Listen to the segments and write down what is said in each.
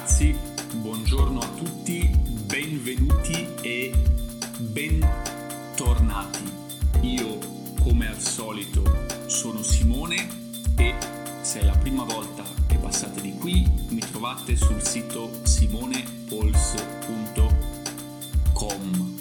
ragazzi, buongiorno a tutti, benvenuti e bentornati. Io, come al solito, sono Simone e se è la prima volta che passate di qui, mi trovate sul sito simonepols.com.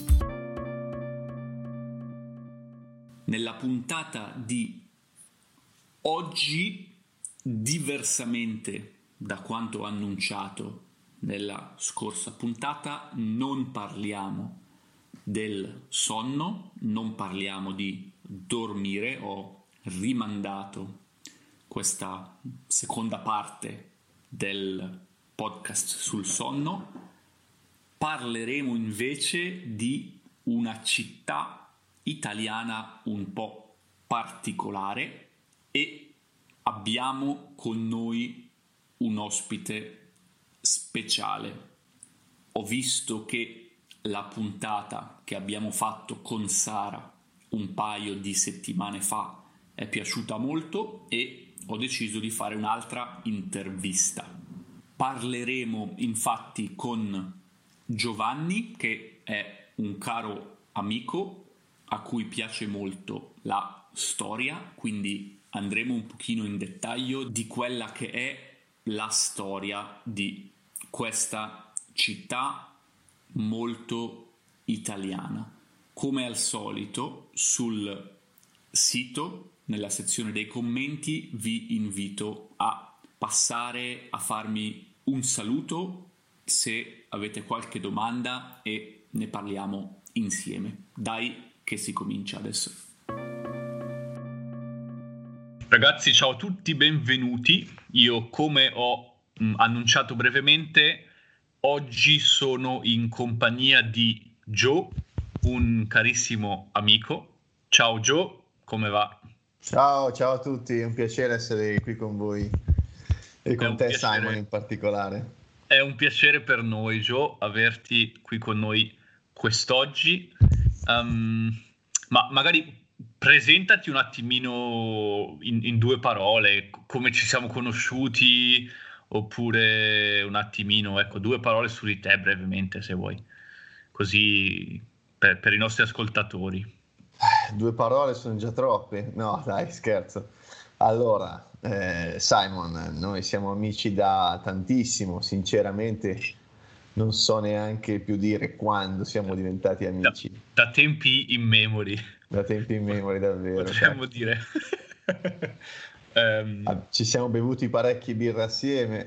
Nella puntata di oggi, diversamente da quanto annunciato nella scorsa puntata, non parliamo del sonno, non parliamo di dormire. Ho rimandato questa seconda parte del podcast sul sonno. Parleremo invece di una città italiana un po' particolare e abbiamo con noi un ospite speciale. Ho visto che la puntata che abbiamo fatto con Sara un paio di settimane fa è piaciuta molto e ho deciso di fare un'altra intervista. Parleremo infatti con Giovanni, che è un caro amico a cui piace molto la storia, quindi andremo un pochino in dettaglio di quella che è la storia di questa città molto italiana. Come al solito, sul sito, nella sezione dei commenti, vi invito a passare a farmi un saluto se avete qualche domanda e ne parliamo insieme. Dai, che si comincia adesso. Ragazzi, ciao a tutti, benvenuti. Io, come ho annunciato brevemente, oggi sono in compagnia di Joe, un carissimo amico. Ciao Joe, come va? Ciao a tutti, è un piacere essere qui con voi e con te piacere. Simon in particolare. È un piacere per noi, Joe, averti qui con noi quest'oggi. Ma magari presentati un attimino in due parole, come ci siamo conosciuti, oppure un attimino, ecco, due parole su di te brevemente, se vuoi, così per i nostri ascoltatori. Due parole sono già troppe? No, dai, scherzo. Allora, Simon, noi siamo amici da tantissimo, sinceramente non so neanche più dire quando siamo diventati amici. Da tempi immemori. Da tempi immemori, davvero. Potremmo dire. Ci siamo bevuti parecchie birre assieme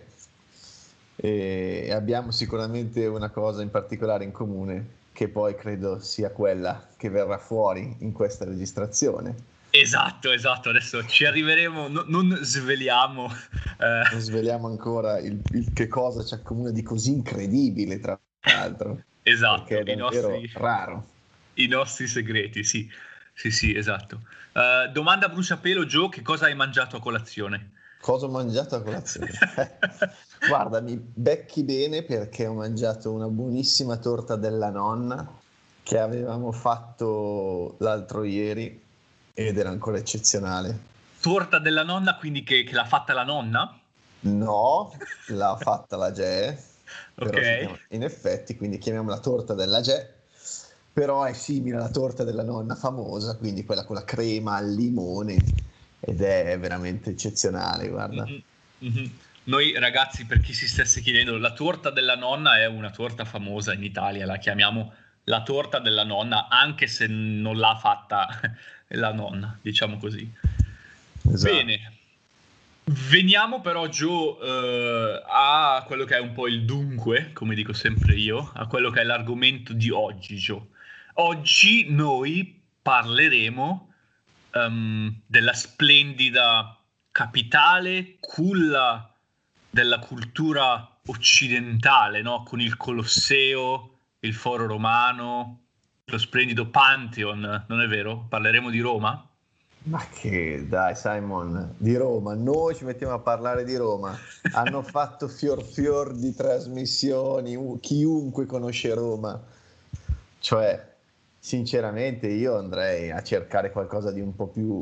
e abbiamo sicuramente una cosa in particolare in comune, che poi credo sia quella che verrà fuori in questa registrazione. Esatto, adesso ci arriveremo, non sveliamo. Non sveliamo ancora il che cosa ci accomuna di così incredibile, tra l'altro. Esatto, perché è davvero raro. I nostri segreti, sì, esatto. Domanda a bruciapelo, Joe, che cosa hai mangiato a colazione? Cosa ho mangiato a colazione? Guarda, mi becchi bene perché ho mangiato una buonissima torta della nonna che avevamo fatto l'altro ieri ed era ancora eccezionale. Torta della nonna, quindi che l'ha fatta la nonna? No, l'ha fatta la Ge, però Ok. in effetti, quindi chiamiamola torta della Ge, però è simile alla torta della nonna famosa, quindi quella con la crema al limone, ed è veramente eccezionale, guarda. Mm-hmm. Mm-hmm. Noi ragazzi, per chi si stesse chiedendo, la torta della nonna è una torta famosa in Italia, la chiamiamo la torta della nonna, anche se non l'ha fatta la nonna, diciamo così. Esatto. Bene, veniamo però Joe a quello che è un po' il dunque, come dico sempre io, a quello che è l'argomento di oggi, Joe. Oggi noi parleremo della splendida capitale, culla della cultura occidentale, no? Con il Colosseo, il Foro Romano, lo splendido Pantheon, non è vero? Parleremo di Roma? Ma che dai Simon, di Roma, noi ci mettiamo a parlare di Roma, hanno fatto fior di trasmissioni, chiunque conosce Roma, cioè sinceramente io andrei a cercare qualcosa di un po' più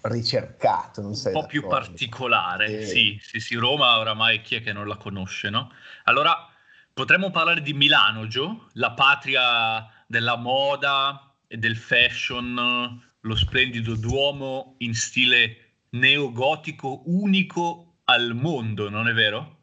ricercato, non un sei po' più d'accordo? particolare. E Sì, sì, sì, Roma oramai chi è che non la conosce, no? Allora, potremmo parlare di Milano, Gio, la patria della moda e del fashion, lo splendido Duomo in stile neogotico unico al mondo, non è vero?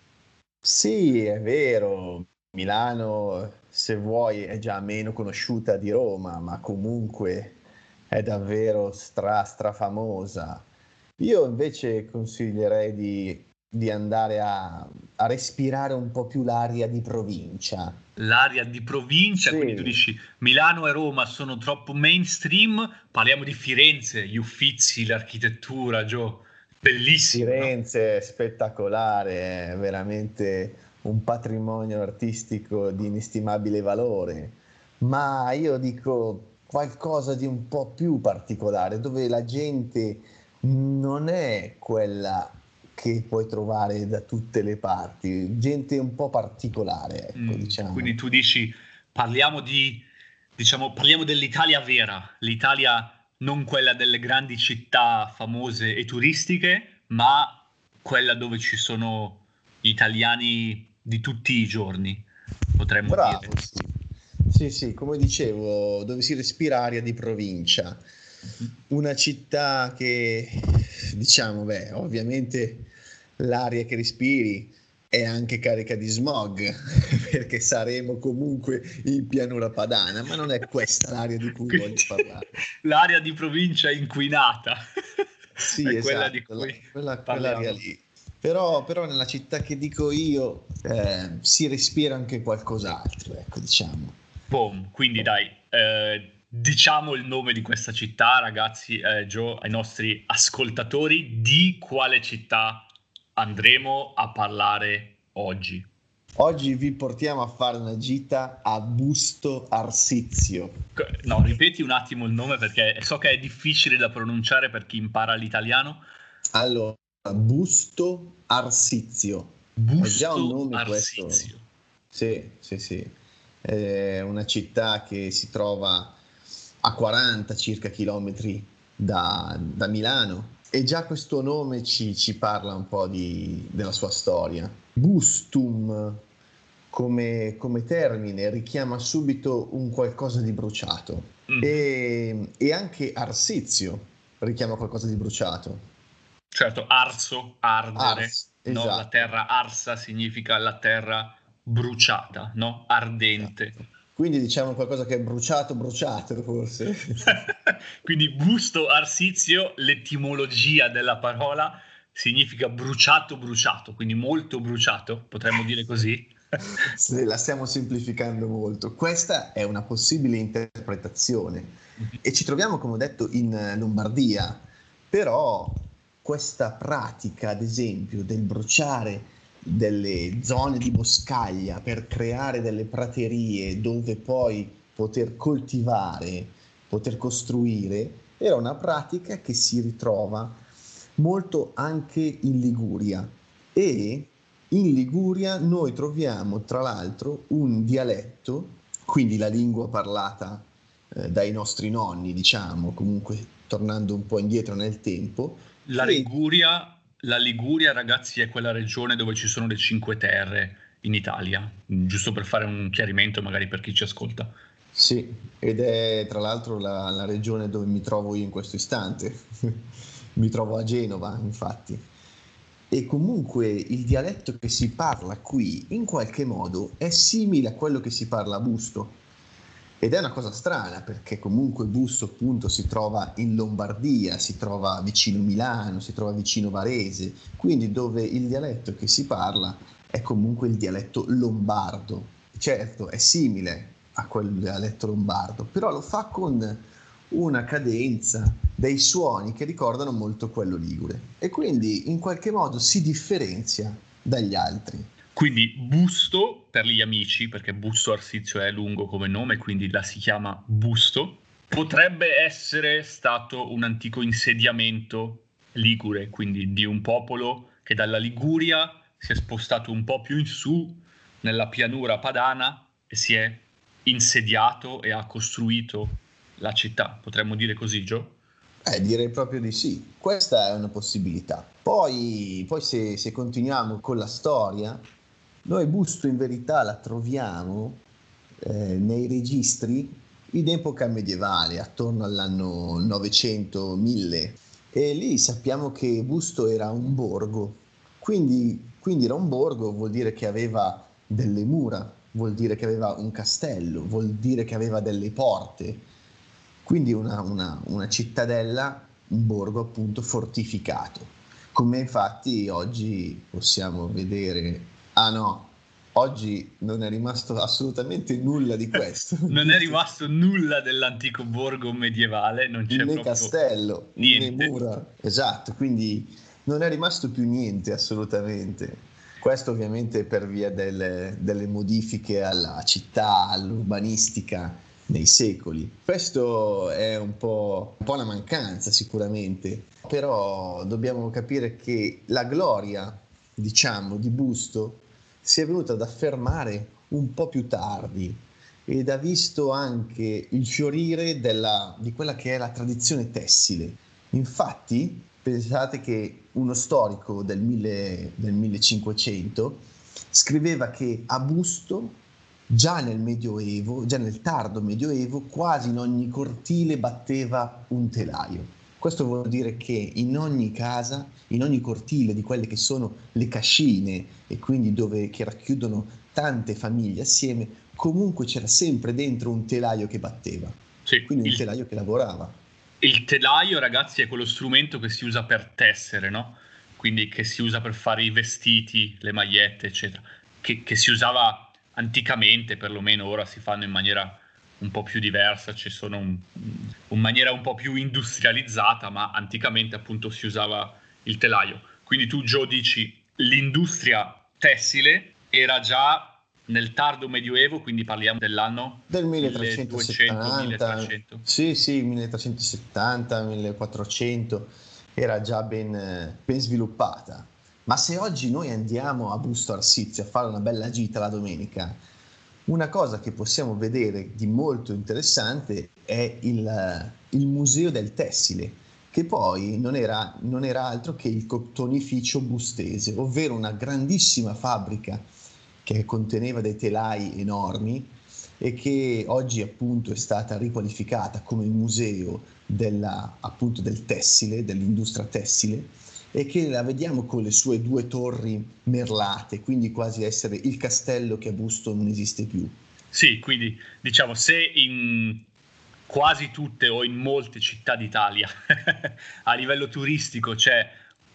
sì, è vero, Milano, se vuoi, è già meno conosciuta di Roma, ma comunque è davvero strafamosa. Io invece consiglierei di andare a respirare un po' più l'aria di provincia. L'area di provincia, quindi tu Sì, dici Milano e Roma sono troppo mainstream, parliamo di Firenze, gli Uffizi, l'architettura, Gio, bellissimo, no? Firenze è spettacolare, è veramente un patrimonio artistico di inestimabile valore, ma io dico qualcosa di un po' più particolare, dove la gente non è quella che puoi trovare da tutte le parti, gente un po' particolare, ecco, Quindi diciamo. tu dici parliamo di, diciamo, parliamo dell'Italia vera, l'Italia non quella delle grandi città famose e turistiche, ma quella dove ci sono gli italiani di tutti i giorni, potremmo Bravo, dire. sì. Sì, sì, come dicevo, dove si respira aria di provincia. Mhm. Una città che, diciamo, beh, ovviamente l'aria che respiri è anche carica di smog, perché saremo comunque in pianura padana, ma non è questa l'aria di cui voglio Quindi parlare. l'area di provincia inquinata Sì, è quella di esatto, cui quell'area parliamo. lì. Però nella città che dico io si respira anche qualcos'altro, ecco, diciamo. Boom, quindi dai, diciamo il nome di questa città, ragazzi, Gio, ai nostri ascoltatori, di quale città andremo a parlare oggi. Oggi vi portiamo a fare una gita a Busto Arsizio. No, ripeti un attimo il nome perché so che è difficile da pronunciare per chi impara l'italiano. Allora, Busto Arsizio. È già un Busto nome questo? Arsizio. Sì, sì, sì. È una città che si trova a 40 circa chilometri da Milano e già questo nome ci parla un po' della sua storia. Bustum come termine richiama subito un qualcosa di bruciato Mhm. e anche Arsizio richiama qualcosa di bruciato. Certo, arso, ardere, no? La Esatto, terra arsa significa la terra bruciata, no? Ardente. esatto. Quindi diciamo qualcosa che è bruciato, bruciato forse. Quindi busto arsizio, l'etimologia della parola significa bruciato, bruciato, quindi molto bruciato, potremmo dire così. Se la stiamo semplificando molto. Questa è una possibile interpretazione e ci troviamo, come ho detto, in Lombardia, però questa pratica, ad esempio, del bruciare delle zone di boscaglia per creare delle praterie dove poi poter coltivare, poter costruire, era una pratica che si ritrova molto anche in Liguria e in Liguria noi troviamo tra l'altro un dialetto, quindi la lingua parlata dai nostri nonni, diciamo, comunque tornando un po' indietro nel tempo, che La Liguria, ragazzi, è quella regione dove ci sono le Cinque Terre in Italia, giusto per fare un chiarimento magari per chi ci ascolta. sì, ed è tra l'altro la regione dove mi trovo io in questo istante. Mi trovo a Genova, infatti. E comunque il dialetto che si parla qui in qualche modo è simile a quello che si parla a Busto. Ed è una cosa strana perché comunque Busto appunto si trova in Lombardia, si trova vicino Milano, si trova vicino Varese, quindi dove il dialetto che si parla è comunque il dialetto lombardo. Certo, è simile a quel dialetto lombardo, però lo fa con una cadenza, dei suoni che ricordano molto quello ligure e quindi in qualche modo si differenzia dagli altri. Quindi Busto per gli amici, perché Busto Arsizio è lungo come nome, quindi la si chiama Busto, potrebbe essere stato un antico insediamento ligure, quindi di un popolo che dalla Liguria si è spostato un po' più in su nella pianura padana e si è insediato e ha costruito la città. Potremmo dire così, Gio? Direi proprio di sì. Questa è una possibilità. Poi se continuiamo con la storia, noi Busto in verità la troviamo nei registri in epoca medievale, attorno all'anno 900-1000. E lì sappiamo che Busto era un borgo. Quindi era un borgo, vuol dire che aveva delle mura, vuol dire che aveva un castello, vuol dire che aveva delle porte. Quindi una cittadella, un borgo appunto fortificato, come infatti oggi possiamo vedere. Ah no, oggi non è rimasto assolutamente nulla di questo. Non è rimasto nulla dell'antico borgo medievale, non c'è Né proprio castello, né niente. mura, esatto, quindi non è rimasto più niente assolutamente. Questo ovviamente per via delle modifiche alla città, all'urbanistica nei secoli. Questo è un po' una mancanza sicuramente, però dobbiamo capire che la gloria, diciamo, di Busto si è venuta ad affermare un po' più tardi ed ha visto anche il fiorire di quella che è la tradizione tessile. Infatti, pensate che uno storico del 1500 scriveva che a Busto, già nel Medioevo, già nel tardo Medioevo, quasi in ogni cortile batteva un telaio. Questo vuol dire che in ogni casa, in ogni cortile di quelle che sono le cascine e quindi che racchiudono tante famiglie assieme, comunque c'era sempre dentro un telaio che batteva, Sì, quindi un telaio che lavorava. il telaio, ragazzi, è quello strumento che si usa per tessere, no? Quindi che si usa per fare i vestiti, le magliette, eccetera. Che si usava anticamente, perlomeno ora si fanno in maniera un po' più diversa, ci sono in maniera un po' più industrializzata, ma anticamente appunto si usava il telaio. Quindi tu, Gio, dici l'industria tessile era già nel tardo medioevo, quindi parliamo dell'anno Del 1370, 1200-1300. sì, sì, 1370, 1400, era già ben sviluppata. Ma se oggi noi andiamo a Busto Arsizio a fare una bella gita la domenica, una cosa che possiamo vedere di molto interessante è il Museo del Tessile, che poi non era altro che il cottonificio bustese, ovvero una grandissima fabbrica che conteneva dei telai enormi e che oggi appunto è stata riqualificata come museo appunto del tessile, dell'industria tessile, e che la vediamo con le sue due torri merlate, quindi quasi essere il castello che a Busto non esiste più. Sì, quindi diciamo se in quasi tutte o in molte città d'Italia a livello turistico c'è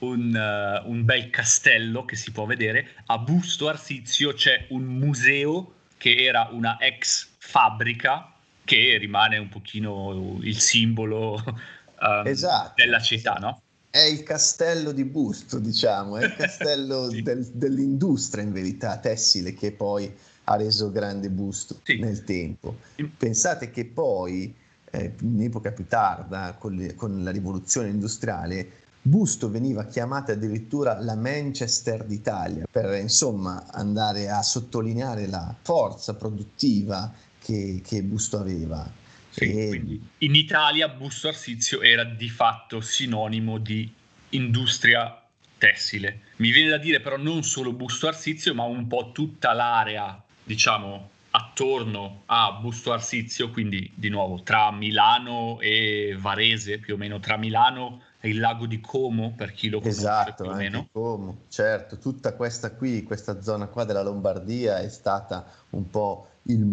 un bel castello che si può vedere, a Busto Arsizio c'è un museo che era una ex fabbrica che rimane un pochino il simbolo della Esatto, città, esatto. no? È il castello di Busto, diciamo, è il castello Sì, dell'industria in verità tessile che poi ha reso grande Busto sì. nel tempo. Pensate che poi, in epoca più tarda, con la rivoluzione industriale, Busto veniva chiamata addirittura la Manchester d'Italia, per insomma andare a sottolineare la forza produttiva che Busto aveva. Sì, E quindi in Italia Busto Arsizio era di fatto sinonimo di industria tessile. Mi viene da dire però non solo Busto Arsizio, ma un po' tutta l'area, diciamo, attorno a Busto Arsizio, quindi di nuovo tra Milano e Varese, più o meno tra Milano e il lago di Como, per chi lo conosce esatto, più o anche meno. Como, certo, tutta questa zona qua della Lombardia è stata un po'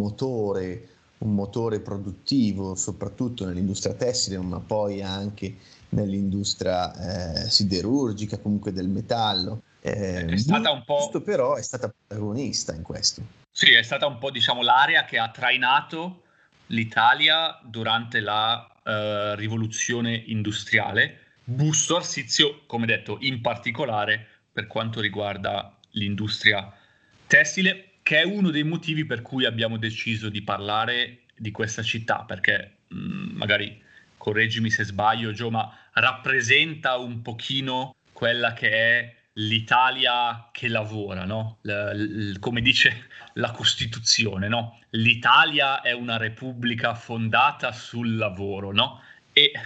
un motore produttivo, soprattutto nell'industria tessile, ma poi anche nell'industria siderurgica, comunque del metallo. È stata un Busto po'. però è stata protagonista in questo. Sì, è stata un po', diciamo, l'area che ha trainato l'Italia durante la rivoluzione industriale. Busto Arsizio, come detto, in particolare per quanto riguarda l'industria tessile, che è uno dei motivi per cui abbiamo deciso di parlare di questa città, perché magari correggimi se sbaglio, Gio, ma rappresenta un pochino quella che è l'Italia che lavora, no? Come dice la Costituzione, no? L'Italia è una repubblica fondata sul lavoro, no? E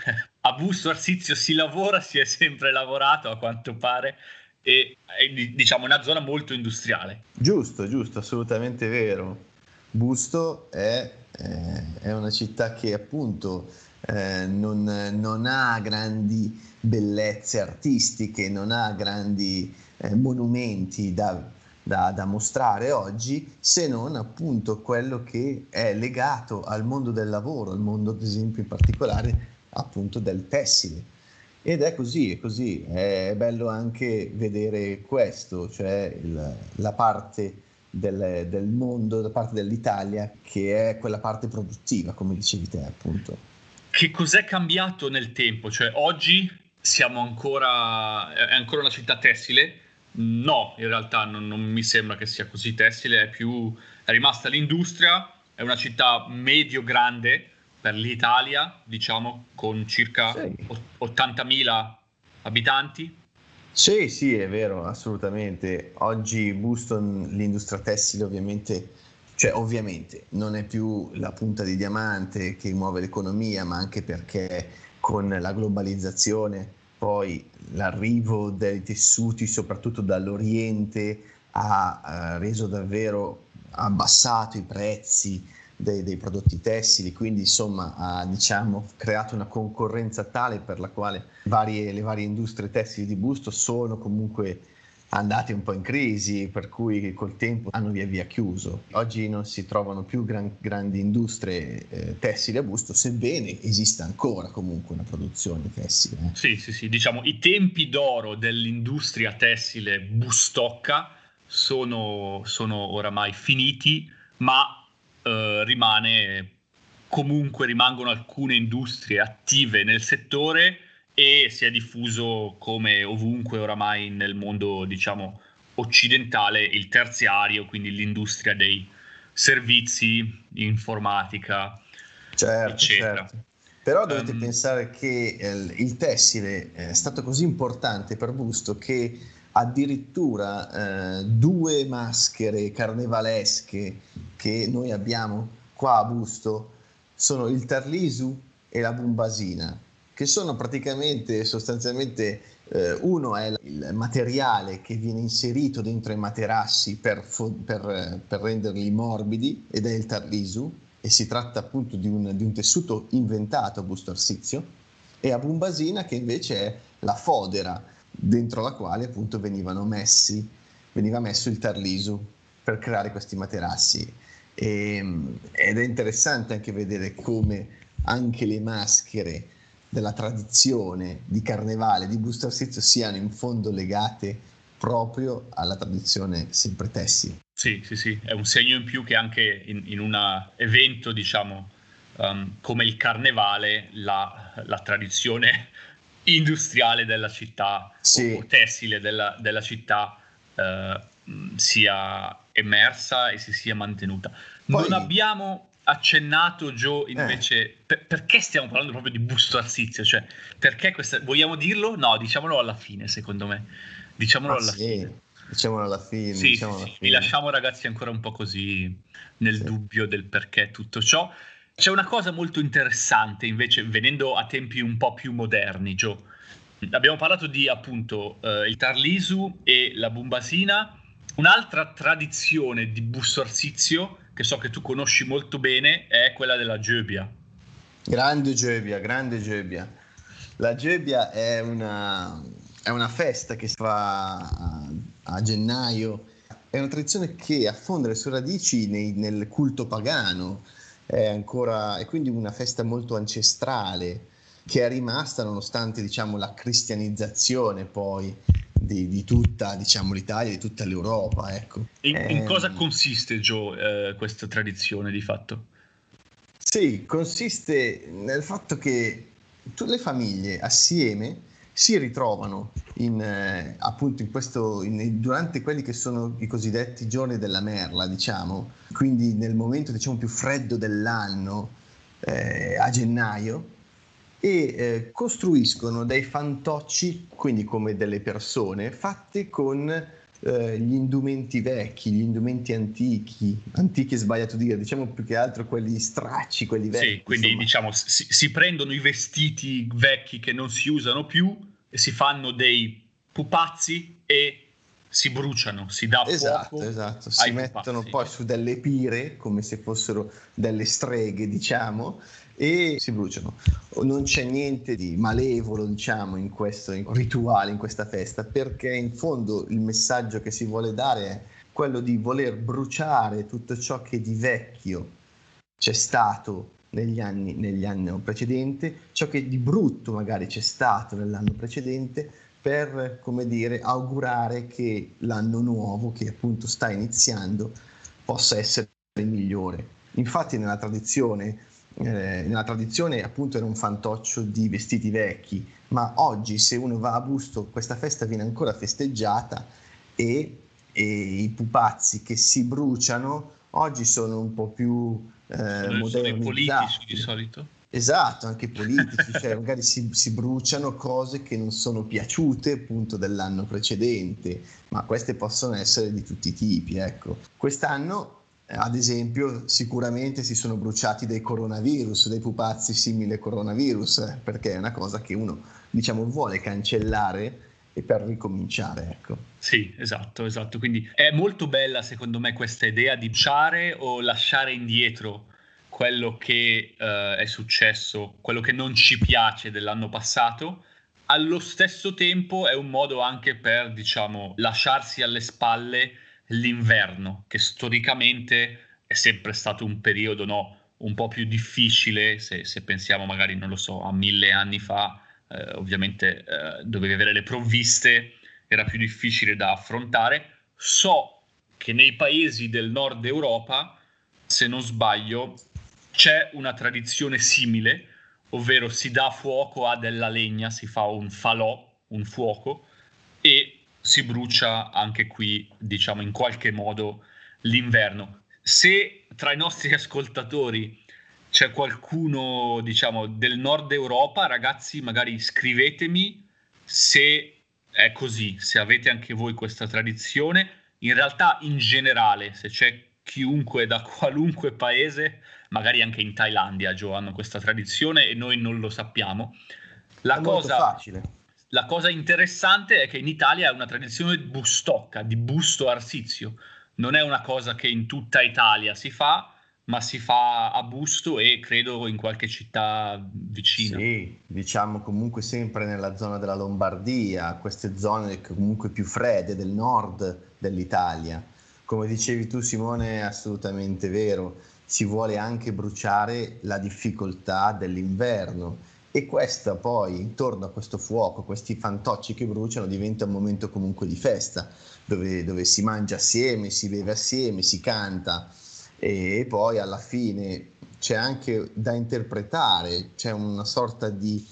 a Busto Arsizio si lavora, si è sempre lavorato a quanto pare, e è diciamo una zona molto industriale. Giusto, giusto, assolutamente vero. Busto è una città che appunto non ha grandi bellezze artistiche, non ha grandi monumenti da mostrare oggi, se non appunto quello che è legato al mondo del lavoro, al mondo ad esempio in particolare appunto del tessile. Ed è così, è bello anche vedere questo, cioè la parte del mondo, da parte dell'Italia, che è quella parte produttiva, come dicevi te, appunto. Che cos'è cambiato nel tempo? Cioè, oggi è ancora una città tessile? No, in realtà non mi sembra che sia così tessile, è rimasta l'industria, è una città medio-grande per l'Italia, diciamo, con circa Sì. 80.000 abitanti. Sì, sì, è vero, assolutamente. Oggi Boston, l'industria tessile ovviamente non è più la punta di diamante che muove l'economia, ma anche perché con la globalizzazione, poi l'arrivo dei tessuti, soprattutto dall'Oriente, ha reso davvero abbassato i prezzi dei prodotti tessili, quindi insomma ha diciamo creato una concorrenza tale per la quale le varie industrie tessili di Busto sono comunque andate un po' in crisi, per cui col tempo hanno via via chiuso. Oggi non si trovano più grandi industrie tessili a Busto, sebbene esista ancora comunque una produzione tessile. Sì, sì, sì, diciamo i tempi d'oro dell'industria tessile bustocca sono oramai finiti, ma rimangono alcune industrie attive nel settore e si è diffuso come ovunque oramai nel mondo, diciamo, occidentale il terziario, quindi l'industria dei servizi, informatica, Certo, eccetera. certo. Però dovete Um, pensare che il tessile è stato così importante per Busto che addirittura due maschere carnevalesche che noi abbiamo qua a Busto sono il Tarlisu e la Bumbasina, che sono praticamente, sostanzialmente, uno è il materiale che viene inserito dentro i materassi per renderli morbidi, ed è il Tarlisu, e si tratta appunto di un tessuto inventato a Busto Arsizio, e a Bumbasina che invece è la fodera dentro la quale appunto veniva messo il Tarlisu per creare questi materassi. Ed è interessante anche vedere come anche le maschere della tradizione di carnevale di Busto Arsizio siano in fondo legate proprio alla tradizione sempre tessile. Sì, sì, sì, è un segno in più che anche in un evento, diciamo, come il carnevale, la tradizione industriale della città o Sì, tessile della città sia emersa e si sia mantenuta. Non poi abbiamo accennato, Joe, eh, invece, perché stiamo parlando proprio di Busto Arsizio? Cioè, perché questa... Vogliamo dirlo? No, diciamolo alla fine, secondo me. Diciamolo ma alla sì, fine. diciamolo alla fine, Sì, sì, diciamo alla sì, vi fine. lasciamo ragazzi ancora un po' così nel Sì. dubbio del perché tutto ciò. C'è una cosa molto interessante invece, venendo a tempi un po' più moderni, Gio. Abbiamo parlato di appunto il Tarlisu e la Bumbasina. Un'altra tradizione di Busto Arsizio, che so che tu conosci molto bene, è quella della Gebbia. Grande Gebbia, grande Gebbia. La Gebbia è una festa che si fa a gennaio, è una tradizione che affonda le sue radici nel culto pagano, è quindi una festa molto ancestrale che è rimasta nonostante diciamo, la cristianizzazione poi di tutta diciamo, l'Italia, di tutta l'Europa. Ecco. In cosa consiste, Joe, questa tradizione di fatto? Sì, consiste nel fatto che tutte le famiglie assieme si ritrovano appunto durante quelli che sono i cosiddetti giorni della merla, diciamo, quindi nel momento diciamo più freddo dell'anno, a gennaio, e costruiscono dei fantocci, quindi come delle persone, fatte con gli indumenti vecchi, gli indumenti antichi è sbagliato dire, diciamo più che altro quelli stracci, quelli vecchi. Sì, quindi insomma. diciamo si prendono i vestiti vecchi che non si usano più e si fanno dei pupazzi e si bruciano, si dà fuoco Esatto, si ai mettono pupazzi. poi su delle pire come se fossero delle streghe, diciamo, e si bruciano. Non c'è niente di malevolo, diciamo, in questo rituale, in questa festa, perché in fondo il messaggio che si vuole dare è quello di voler bruciare tutto ciò che di vecchio c'è stato negli anni precedenti, ciò che di brutto magari c'è stato nell'anno precedente, per, come dire, augurare che l'anno nuovo, che appunto sta iniziando, possa essere migliore. Infatti nella tradizione appunto era un fantoccio di vestiti vecchi, ma oggi se uno va a Busto questa festa viene ancora festeggiata e i pupazzi che si bruciano oggi sono un po' più Sono i politici di modernizzati. solito. Esatto, anche politici, cioè magari si bruciano cose che non sono piaciute appunto dell'anno precedente, ma queste possono essere di tutti i tipi, ecco. Quest'anno, ad esempio, sicuramente si sono bruciati dei coronavirus, dei pupazzi simili coronavirus, perché è una cosa che uno, diciamo, vuole cancellare e per ricominciare, ecco. Sì, esatto. Quindi è molto bella secondo me questa idea di bruciare o lasciare indietro quello che è successo, quello che non ci piace dell'anno passato. Allo stesso tempo è un modo anche per, diciamo, lasciarsi alle spalle l'inverno, che storicamente è sempre stato un periodo, no, un po' più difficile, se pensiamo magari, non lo so, a 1000 anni fa, ovviamente dovevi avere le provviste, era più difficile da affrontare. So che nei paesi del nord Europa, se non sbaglio, c'è una tradizione simile, ovvero si dà fuoco a della legna, si fa un falò, un fuoco, e si brucia anche qui, diciamo, in qualche modo l'inverno. Se tra i nostri ascoltatori c'è qualcuno, diciamo, del nord Europa, ragazzi, magari scrivetemi se è così, se avete anche voi questa tradizione. In realtà, in generale, se c'è chiunque da qualunque paese, magari anche in Thailandia, Gio, hanno questa tradizione e noi non lo sappiamo. È La molto cosa, facile. la cosa interessante è che in Italia è una tradizione bustocca, di busto arsizio. Non è una cosa che in tutta Italia si fa, ma si fa a Busto e credo in qualche città vicina. Sì, diciamo comunque sempre nella zona della Lombardia, queste zone comunque più fredde del nord dell'Italia. Come dicevi tu, Simone, è assolutamente vero, si vuole anche bruciare la difficoltà dell'inverno e questa poi, intorno a questo fuoco, questi fantocci che bruciano, diventa un momento comunque di festa, dove si mangia assieme, si beve assieme, si canta e poi alla fine c'è anche da interpretare, c'è una sorta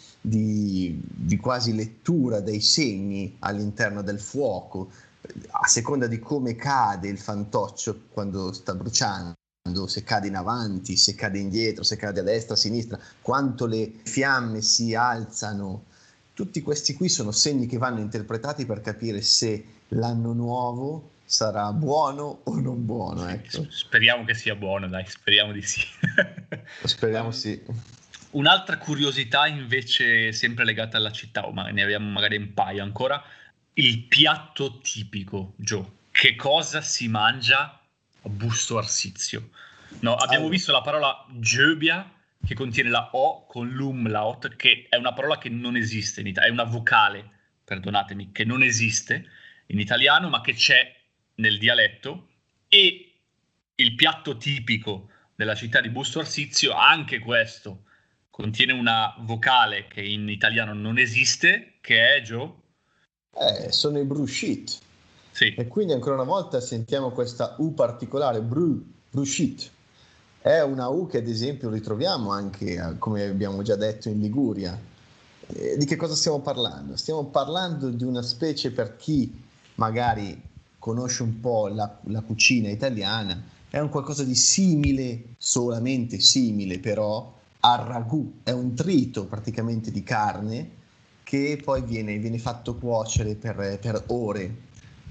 di quasi lettura dei segni all'interno del fuoco, a seconda di come cade il fantoccio quando sta bruciando, se cade in avanti, se cade indietro, se cade a destra, a sinistra, quanto le fiamme si alzano. Tutti questi qui sono segni che vanno interpretati per capire se l'anno nuovo sarà buono o non buono, ecco. Speriamo che sia buono, dai, speriamo di sì. Speriamo sì. Un'altra curiosità invece sempre legata alla città, ma ne abbiamo magari un paio ancora, il piatto tipico, Gio. Che cosa si mangia a Busto Arsizio? No, abbiamo Allora, visto la parola Göbia, che contiene la O con l'umlaut, che è una parola che non esiste in Italia, è una vocale, perdonatemi, che non esiste in italiano, ma che c'è nel dialetto, e il piatto tipico della città di Busto Arsizio, anche questo, contiene una vocale che in italiano non esiste, che è, Joe? sono i bruschit. E Sì, quindi ancora una volta sentiamo questa U particolare, bruschit. È una U che ad esempio ritroviamo anche, come abbiamo già detto, in Liguria. Di che cosa stiamo parlando? Stiamo parlando di una specie, per chi magari conosce un po' la cucina italiana, è un qualcosa di simile, solamente simile però, al ragù. È un trito praticamente di carne che poi viene fatto cuocere per ore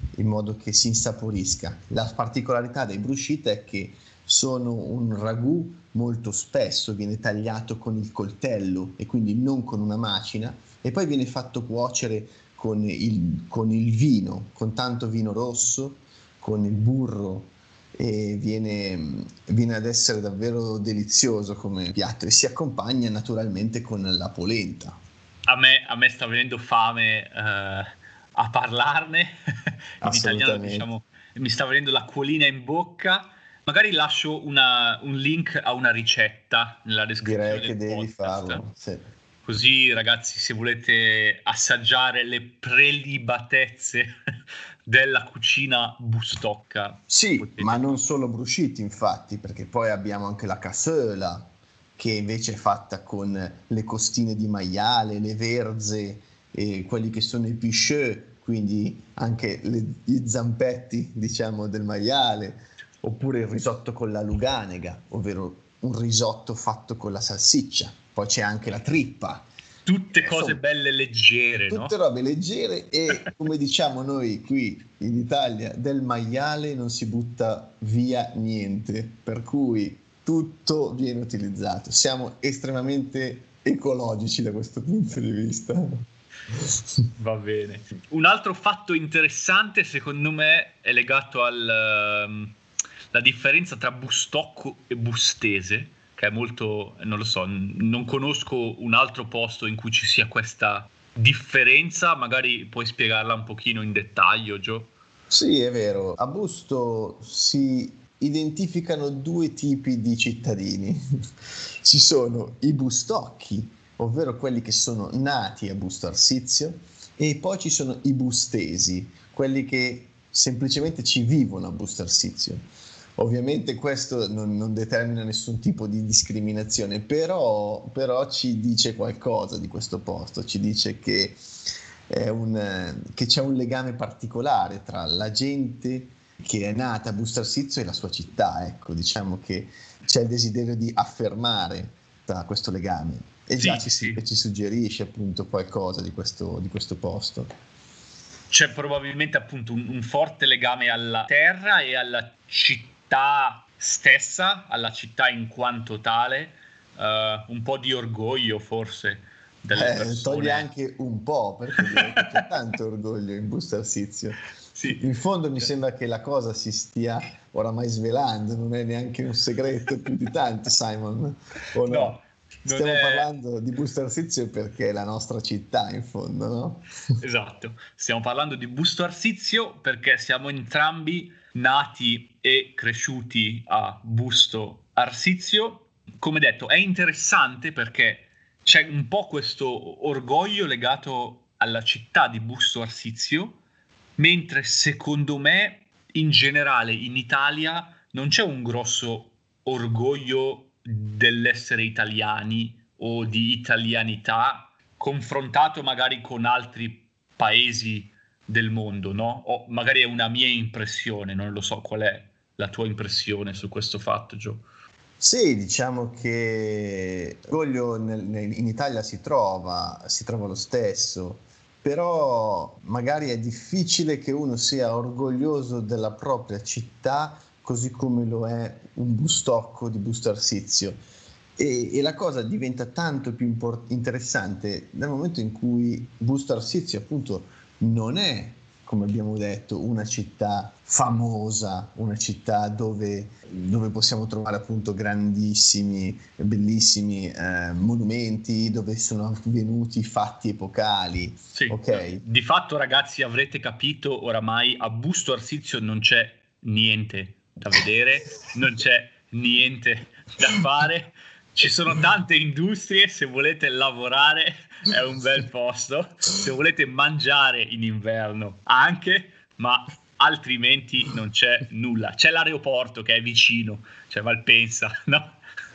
in modo che si insaporisca. La particolarità dei bruschetta è che sono un ragù molto spesso, viene tagliato con il coltello e quindi non con una macina, e poi viene fatto cuocere con il vino, con tanto vino rosso, con il burro, e viene ad essere davvero delizioso come piatto, e si accompagna naturalmente con la polenta. A me sta venendo fame a parlarne. In italiano, Assolutamente. diciamo, mi sta venendo l'acquolina in bocca. Magari lascio un link a una ricetta nella descrizione Direi che del devi podcast. farlo, sì. Così, ragazzi, se volete assaggiare le prelibatezze della cucina bustocca, Sì, ma potete non farlo. solo brusciti, infatti, perché poi abbiamo anche la cassola, che invece è fatta con le costine di maiale, le verze e quelli che sono i picheux, quindi anche gli zampetti, diciamo, del maiale, oppure il risotto con la luganega, ovvero un risotto fatto con la salsiccia. Poi c'è anche la trippa. Tutte cose Insomma, belle e leggere, tutte no? robe leggere, e come diciamo noi qui in Italia, del maiale non si butta via niente, per cui tutto viene utilizzato. Siamo estremamente ecologici da questo punto di vista. Va bene. Un altro fatto interessante, secondo me, è legato alla differenza tra bustocco e bustese, che è molto, non lo so, non conosco un altro posto in cui ci sia questa differenza. Magari puoi spiegarla un pochino in dettaglio, Gio? Sì, è vero. A Busto si identificano due tipi di cittadini. Ci sono i bustocchi, ovvero quelli che sono nati a Busto Arsizio, e poi ci sono i bustesi, quelli che semplicemente ci vivono a Busto Arsizio. Ovviamente questo non determina nessun tipo di discriminazione, però ci dice qualcosa di questo posto, ci dice che che c'è un legame particolare tra la gente che è nata a Busto Arsizio e la sua città. Ecco, diciamo che c'è il desiderio di affermare questo legame, e già Sì, sì. ci suggerisce appunto qualcosa di questo posto. C'è probabilmente appunto un forte legame alla terra e alla città stessa, alla città in quanto tale, un po' di orgoglio forse delle Togli persone. anche un po', perché direi che c'è tanto orgoglio in Busto Arsizio. Sì, In fondo mi cioè, sembra che la cosa si stia oramai svelando, non è neanche un segreto più di tanto, Simon, o no? no, non Stiamo è parlando di Busto Arsizio perché è la nostra città, in fondo, no? esatto. Stiamo parlando di Busto Arsizio perché siamo entrambi nati e cresciuti a Busto Arsizio. Come detto, è interessante perché c'è un po' questo orgoglio legato alla città di Busto Arsizio, mentre secondo me in generale in Italia non c'è un grosso orgoglio dell'essere italiani o di italianità confrontato magari con altri paesi del mondo, no? O magari è una mia impressione, non lo so qual è la tua impressione su questo fatto, Gio. Sì, diciamo che l'orgoglio in Italia si trova lo stesso, però magari è difficile che uno sia orgoglioso della propria città così come lo è un bustocco di Busto Arsizio. E la cosa diventa tanto più interessante nel momento in cui Busto Arsizio appunto non è, come abbiamo detto, una città famosa, una città dove possiamo trovare appunto grandissimi, bellissimi monumenti, dove sono avvenuti fatti epocali, Sì, ok? di fatto ragazzi avrete capito oramai a Busto Arsizio non c'è niente da vedere, non c'è niente da fare, ci sono tante industrie, se volete lavorare è un bel posto, se volete mangiare in inverno anche, ma altrimenti non c'è nulla. C'è l'aeroporto che è vicino, cioè Malpensa, no?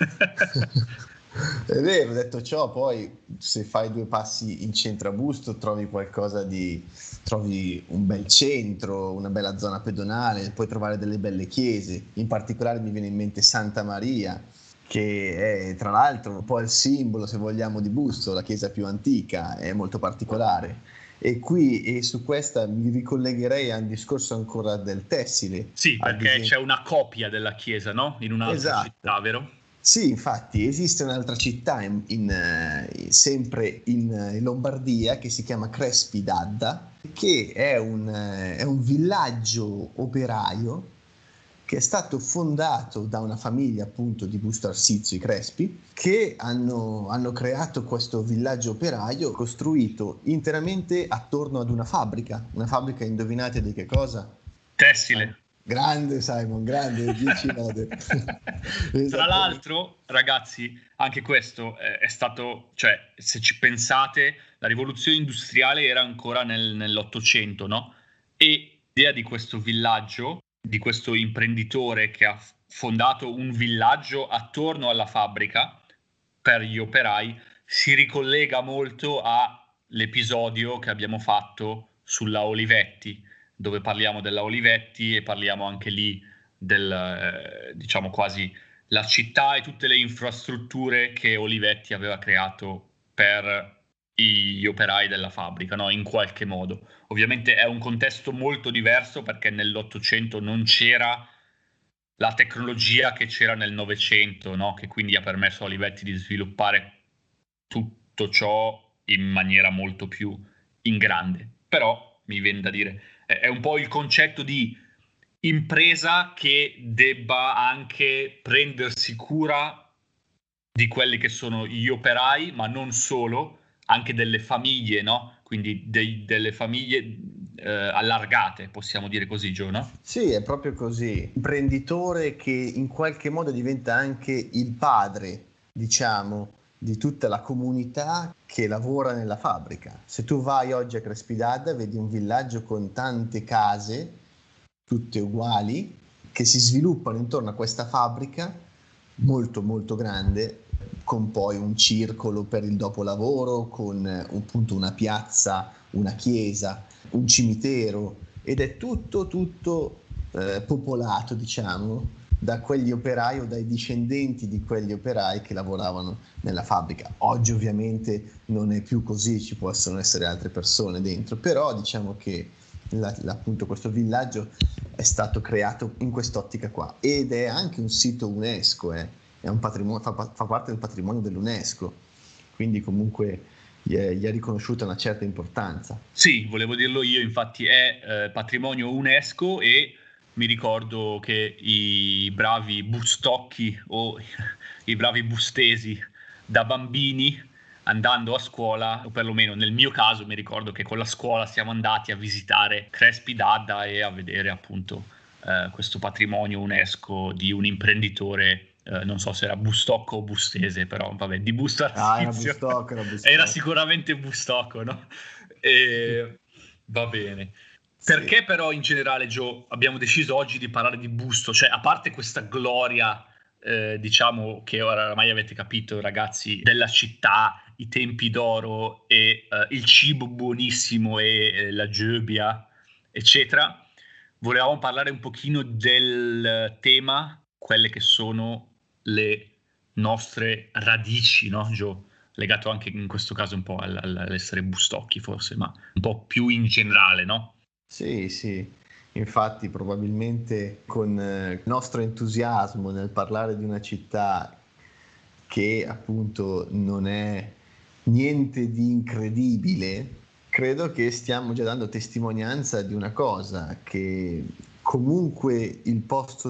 È vero, detto ciò, poi se fai due passi in centro a Busto trovi un bel centro, una bella zona pedonale, puoi trovare delle belle chiese. In particolare mi viene in mente Santa Maria, che è tra l'altro un po' il simbolo, se vogliamo, di Busto, la chiesa più antica, è molto particolare. E su questa mi ricollegherei a un discorso ancora del tessile. Sì, Ad perché c'è esempio. una copia della chiesa, no? In un'altra Esatto. città, vero? Sì, infatti esiste un'altra città sempre in Lombardia che si chiama Crespi d'Adda, che è un villaggio operaio che è stato fondato da una famiglia appunto di Busto Arsizio, i Crespi, che hanno creato questo villaggio operaio costruito interamente attorno ad una fabbrica, indovinate di che cosa? Tessile. Grande Simon, grande, 10 lode. Tra Esattamente. l'altro, ragazzi, anche questo è stato, cioè, se ci pensate, la rivoluzione industriale era ancora nell'Ottocento, no? E l'idea di questo villaggio, di questo imprenditore che ha fondato un villaggio attorno alla fabbrica per gli operai, si ricollega molto all'episodio che abbiamo fatto sulla Olivetti, dove parliamo della Olivetti e parliamo anche lì diciamo quasi la città e tutte le infrastrutture che Olivetti aveva creato per gli operai della fabbrica, no? In qualche modo. Ovviamente è un contesto molto diverso perché nell'Ottocento non c'era la tecnologia che c'era nel Novecento, no? Che quindi ha permesso a Olivetti di sviluppare tutto ciò in maniera molto più in grande. Però mi viene da dire, è un po' il concetto di impresa che debba anche prendersi cura di quelli che sono gli operai, ma non solo, anche delle famiglie, no? Quindi delle famiglie allargate, possiamo dire così, Gio, no? Sì, è proprio così. Imprenditore che in qualche modo diventa anche il padre, diciamo, di tutta la comunità che lavora nella fabbrica. Se tu vai oggi a Crespidadda, vedi un villaggio con tante case, tutte uguali, che si sviluppano intorno a questa fabbrica molto molto grande, con poi un circolo per il dopolavoro, con appunto una piazza, una chiesa, un cimitero, ed è tutto popolato, diciamo, da quegli operai o dai discendenti di quegli operai che lavoravano nella fabbrica. Oggi ovviamente non è più così, ci possono essere altre persone dentro, però diciamo che appunto questo villaggio è stato creato in quest'ottica qua ed è anche un sito UNESCO, è un patrimonio, fa parte del patrimonio dell'UNESCO, quindi comunque gli è riconosciuta una certa importanza. Sì, volevo dirlo io, infatti è patrimonio UNESCO e mi ricordo che i bravi bustocchi o i bravi bustesi da bambini andando a scuola, o perlomeno nel mio caso mi ricordo che con la scuola siamo andati a visitare Crespi d'Adda e a vedere appunto questo patrimonio UNESCO di un imprenditore, non so se era bustocco o bustese, però vabbè, di Busto Ah, Arsizio. era Era Bustocco. sicuramente bustocco, no? E va bene. Sì. Perché però in generale, Gio, abbiamo deciso oggi di parlare di Busto? Cioè, a parte questa gloria, diciamo che oramai avete capito, ragazzi, della città, i tempi d'oro e il cibo buonissimo e la gebbia, eccetera, volevamo parlare un pochino del tema, quelle che sono le nostre radici, no, Gio? Legato anche in questo caso un po' all'essere bustocchi forse, ma un po' più in generale, no? Sì, sì, infatti probabilmente con il nostro entusiasmo nel parlare di una città che appunto non è niente di incredibile, credo che stiamo già dando testimonianza di una cosa, che comunque il posto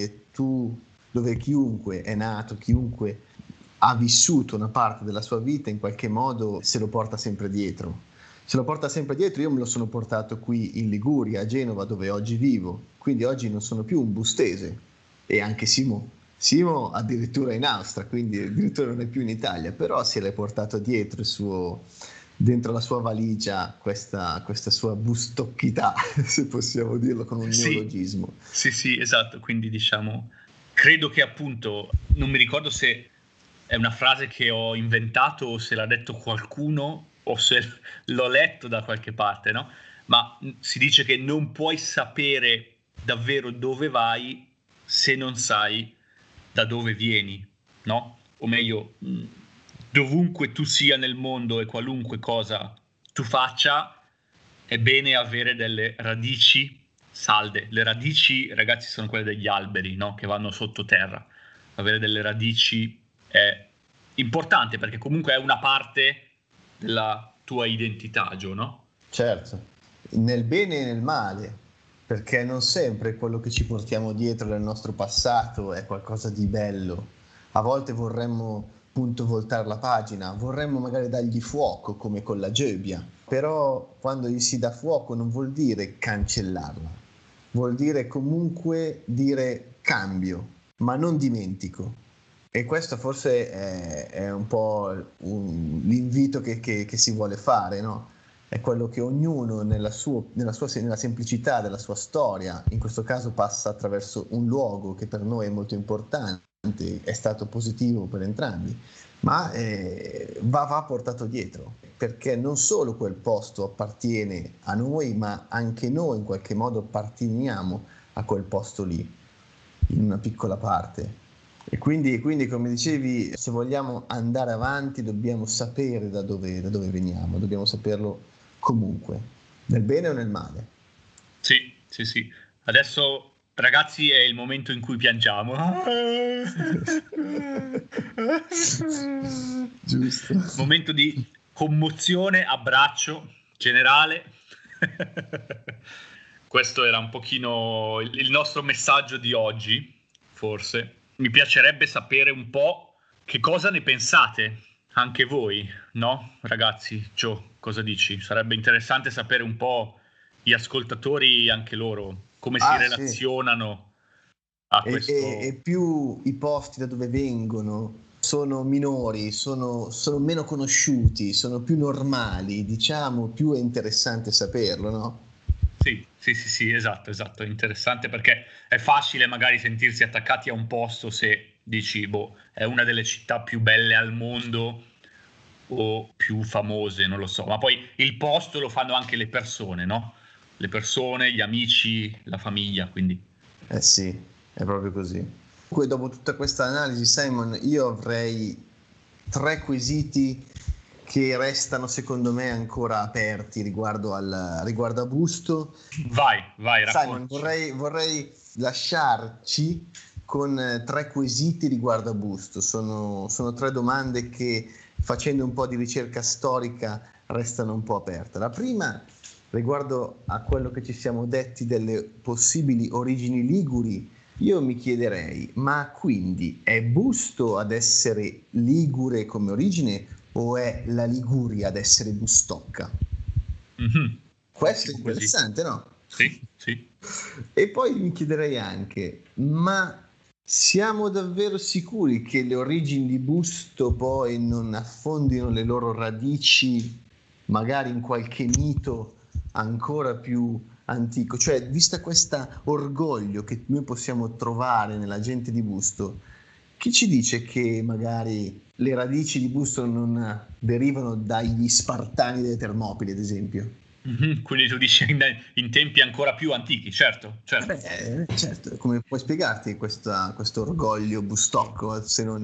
dove chiunque è nato, chiunque ha vissuto una parte della sua vita, in qualche modo se lo porta sempre dietro. Se lo porta sempre dietro, io me lo sono portato qui in Liguria, a Genova, dove oggi vivo. Quindi oggi non sono più un bustese. E anche Simo addirittura in Austria, quindi addirittura non è più in Italia, però se l'è portato dietro dentro la sua valigia questa sua bustocchità, se possiamo dirlo con un Sì, neologismo. sì, sì, esatto. Quindi diciamo, credo che appunto, non mi ricordo se è una frase che ho inventato o se l'ha detto qualcuno o se l'ho letto da qualche parte, no? Ma si dice che non puoi sapere davvero dove vai se non sai da dove vieni, no? O meglio, dovunque tu sia nel mondo e qualunque cosa tu faccia, è bene avere delle radici salde. Le radici, ragazzi, sono quelle degli alberi, no? Che vanno sottoterra. Avere delle radici è importante perché comunque è una parte della tua identità, Gio, no? Certo, nel bene e nel male, perché non sempre quello che ci portiamo dietro nel nostro passato è qualcosa di bello. A volte vorremmo appunto voltare la pagina, vorremmo magari dargli fuoco come con la Gebbia, però quando gli si dà fuoco non vuol dire cancellarla, vuol dire comunque dire cambio, ma non dimentico. E questo forse è un po' l'invito che si vuole fare, no? È quello che ognuno nella semplicità della sua storia, in questo caso passa attraverso un luogo che per noi è molto importante, è stato positivo per entrambi, ma va portato dietro, perché non solo quel posto appartiene a noi, ma anche noi in qualche modo apparteniamo a quel posto lì, in una piccola parte. E quindi, come dicevi, se vogliamo andare avanti dobbiamo sapere da dove veniamo, dobbiamo saperlo comunque, nel bene o nel male. Sì, sì, sì. Adesso, ragazzi, è il momento in cui piangiamo. Giusto. Momento di commozione, abbraccio generale. Questo era un pochino il nostro messaggio di oggi, forse. Mi piacerebbe sapere un po' che cosa ne pensate, anche voi, no? Ragazzi, Gio, cosa dici? Sarebbe interessante sapere un po' gli ascoltatori, anche loro, come si Sì. relazionano a questo. E più i posti da dove vengono sono minori, sono meno conosciuti, sono più normali, diciamo, più è interessante saperlo, no? Sì, esatto, è interessante perché è facile magari sentirsi attaccati a un posto se dici, boh, è una delle città più belle al mondo o più famose, non lo so, ma poi il posto lo fanno anche le persone, no? Le persone, gli amici, la famiglia, quindi. Eh sì, è proprio così. Comunque, dopo tutta questa analisi, Simon, io avrei 3 quesiti che restano secondo me ancora aperti riguardo a Busto. Vai, Simon, raccontaci. vorrei lasciarci con 3 quesiti riguardo a Busto. Sono 3 domande che, facendo un po' di ricerca storica, restano un po' aperte. La prima, riguardo a quello che ci siamo detti delle possibili origini liguri, io mi chiederei, ma quindi è Busto ad essere ligure come origine o è la Liguria ad essere bustocca? Mm-hmm. Questo è Ottimo così. interessante, no? Sì, sì. E poi mi chiederei anche, ma siamo davvero sicuri che le origini di Busto poi non affondino le loro radici magari in qualche mito ancora più antico? Cioè, vista questa orgoglio che noi possiamo trovare nella gente di Busto, chi ci dice che magari le radici di Busto non derivano dagli Spartani delle Termopili, ad esempio? Mhm. Quindi tu dici in tempi ancora più antichi, certo, certo. Beh, certo, come puoi spiegarti questo orgoglio bustocco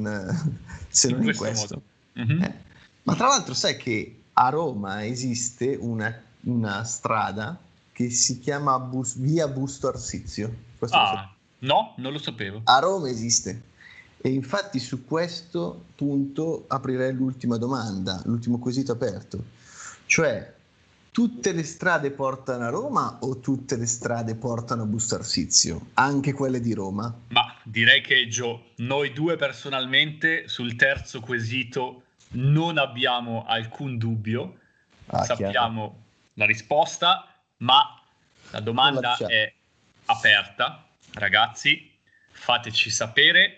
se In non in questo questo? modo. Mhm. Eh. Ma tra l'altro sai che a Roma esiste una strada che si chiama via Busto Arsizio? Questo lo sapevo. Ah, no, non lo sapevo. A Roma esiste. E infatti su questo punto aprirei l'ultima domanda, l'ultimo quesito aperto. Cioè, tutte le strade portano a Roma o tutte le strade portano a Busto Arsizio? Anche quelle di Roma? Ma direi che Gio, noi due personalmente sul terzo quesito non abbiamo alcun dubbio, Ah, chiaro. sappiamo la risposta, ma la Con la domanda chat. è aperta. Ragazzi, fateci sapere,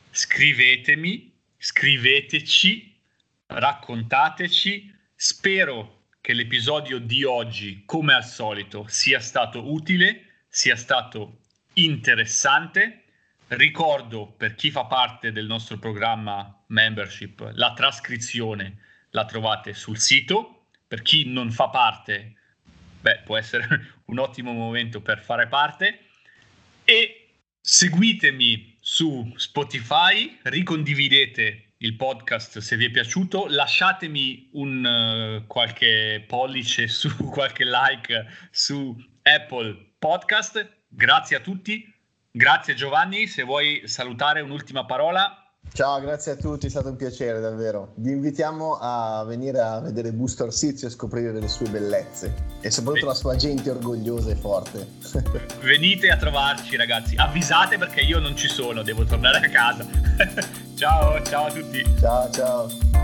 scriveteci, raccontateci. Spero che l'episodio di oggi, come al solito, sia stato utile, sia stato interessante. Ricordo per chi fa parte del nostro programma membership, la trascrizione la trovate sul sito. Per chi non fa parte, beh, può essere un ottimo momento per fare parte. E seguitemi su Spotify, ricondividete il podcast, se vi è piaciuto, lasciatemi un qualche pollice su qualche like su Apple Podcast. Grazie a tutti. Grazie Giovanni, se vuoi salutare un'ultima parola. Ciao, grazie a tutti, è stato un piacere davvero. Vi invitiamo a venire a vedere Busto Arsizio e scoprire le sue bellezze e soprattutto la sua gente orgogliosa e forte. Venite a trovarci ragazzi, avvisate perché io non ci sono, devo tornare a casa. Ciao a tutti. Ciao.